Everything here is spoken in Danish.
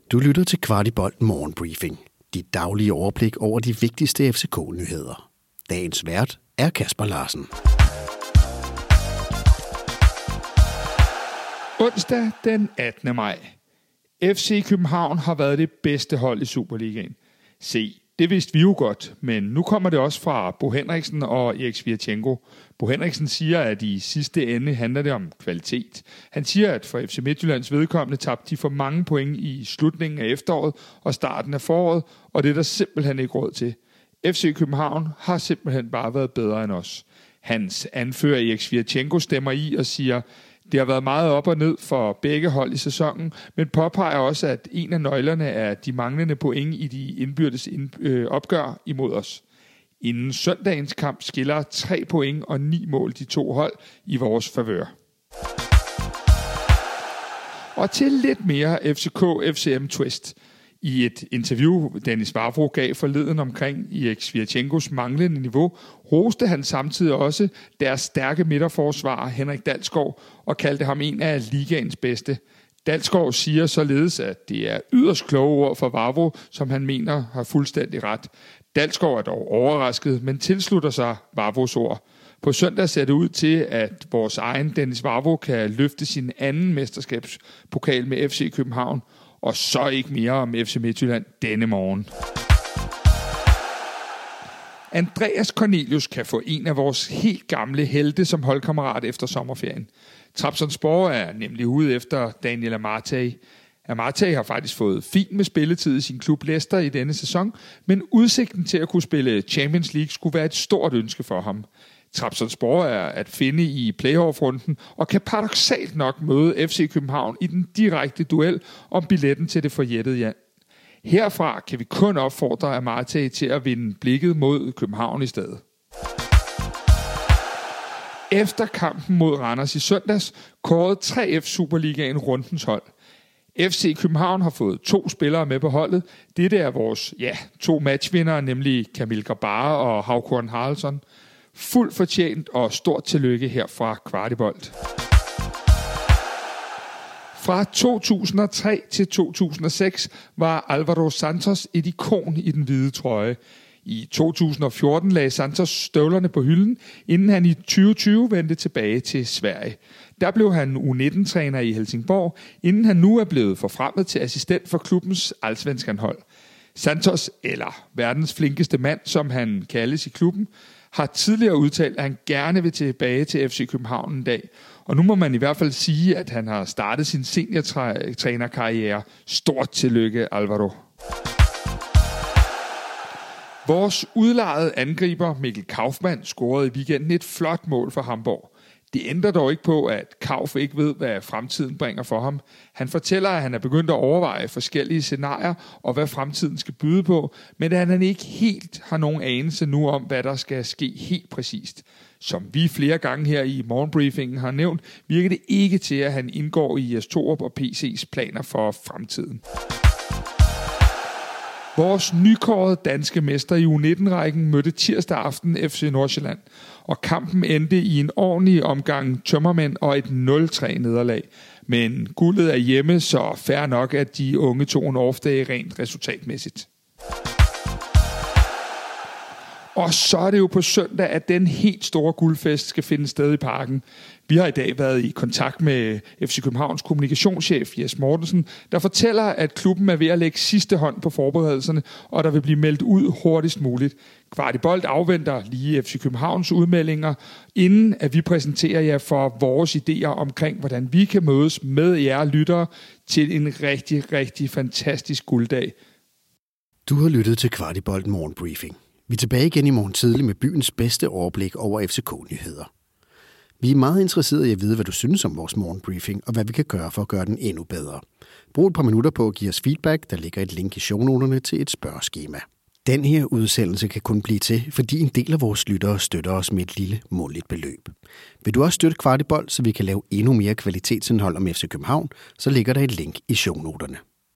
Du lytter til Kvartibolt Morgenbriefing. Dit daglige overblik over de vigtigste FCK-nyheder. Dagens vært er Kasper Larsen. Onsdag den 18. maj. FC København har været det bedste hold i Superligaen. Se, det vidste vi jo godt, men nu kommer det også fra Bo Henriksen og Erik Svirchenko. Bo Henriksen siger, at i sidste ende handler det om kvalitet. Han siger, at for FC Midtjyllands vedkommende tabte de for mange point i slutningen af efteråret og starten af foråret, og det er der simpelthen ikke råd til. FC København har simpelthen bare været bedre end os. Hans anfører Erik Svirchenko stemmer i og siger, det har været meget op og ned for begge hold i sæsonen, men påpeger også, at en af nøglerne er de manglende point i de indbyrdes opgør imod os. Inden søndagens kamp skiller 3 point og 9 mål de to hold i vores favør. Og til lidt mere FCK-FCM twist. I et interview, Dennis Vavro gav forleden omkring Erik Svirchenkos manglende niveau, roste han samtidig også deres stærke midterforsvarer Henrik Dalsgaard og kaldte ham en af ligaens bedste. Dalsgaard siger således, at det er yderst kloge ord for Vavro, som han mener har fuldstændig ret. Dalsgaard er dog overrasket, men tilslutter sig Vavros ord. På søndag ser det ud til, at vores egen Dennis Vavro kan løfte sin anden mesterskabspokal med FC København, og så ikke mere om FC Midtjylland denne morgen. Andreas Cornelius kan få en af vores helt gamle helte som holdkammerat efter sommerferien. Trabzonspor er nemlig ude efter Daniel Amartey. Amartey har faktisk fået fint med spilletid i sin klub Leicester i denne sæson, men udsigten til at kunne spille Champions League skulle være et stort ønske for ham. Trabzonspor er at finde i playoff-runden og kan paradoksalt nok møde FC København i den direkte duel om billetten til det forjættede land. Herfra kan vi kun opfordre Amartey til at vinde blikket mod København i stedet. Efter kampen mod Randers i søndags kårede 3F Superligaen rundens hold. FC København har fået 2 spillere med på holdet. Dette er vores 2 matchvindere, nemlig Kamil Grabara og Hákon Haraldsson. Fuldt fortjent og stort tillykke her fra Kvartibolt. Fra 2003 til 2006 var Álvaro Santos et ikon i den hvide trøje. I 2014 lagde Santos støvlerne på hylden, inden han i 2020 vendte tilbage til Sverige. Der blev han U19-træner i Helsingborg, inden han nu er blevet forfremmet til assistent for klubbens Allsvenskan-hold. Santos, eller verdens flinkeste mand, som han kaldes i klubben, har tidligere udtalt, at han gerne vil tilbage til FC København en dag. Og nu må man i hvert fald sige, at han har startet sin seniortrænerkarriere. Stort tillykke, Álvaro. Vores udlejede angriber Mikkel Kaufmann scorede i weekenden et flot mål for Hamburg. Det ændrer dog ikke på, at Kauf ikke ved, hvad fremtiden bringer for ham. Han fortæller, at han er begyndt at overveje forskellige scenarier og hvad fremtiden skal byde på, men at han ikke helt har nogen anelse nu om, hvad der skal ske helt præcist. Som vi flere gange her i morgenbriefingen har nævnt, virker det ikke til, at han indgår i Jes Torup og PC's planer for fremtiden. Vores nykårede danske mester i U19-rækken mødte tirsdag aften FC Nordsjælland, og kampen endte i en ordentlig omgang tømmermænd og et 0-3-nederlag. Men guldet er hjemme, så fair nok, at de unge tog en off-day rent resultatmæssigt. Og så er det jo på søndag, at den helt store guldfest skal finde sted i parken. Vi har i dag været i kontakt med FC Københavns kommunikationschef Jes Mortensen, der fortæller, at klubben er ved at lægge sidste hånd på forberedelserne, og der vil blive meldt ud hurtigst muligt. Kvartibolt afventer lige FC Københavns udmeldinger, inden at vi præsenterer jer for vores idéer omkring, hvordan vi kan mødes med jer lyttere til en rigtig, rigtig fantastisk gulddag. Du har lyttet til Kvartibolt Morgenbriefing. Vi er tilbage igen i morgen tidlig med byens bedste overblik over FCK-nyheder. Vi er meget interesserede i at vide, hvad du synes om vores morgenbriefing, og hvad vi kan gøre for at gøre den endnu bedre. Brug et par minutter på at give os feedback, der ligger et link i shownoterne til et spørgeskema. Den her udsendelse kan kun blive til, fordi en del af vores lyttere støtter os med et lille månedligt beløb. Vil du også støtte Kvartibolt, så vi kan lave endnu mere kvalitetsindhold om FC København, så ligger der et link i shownoterne.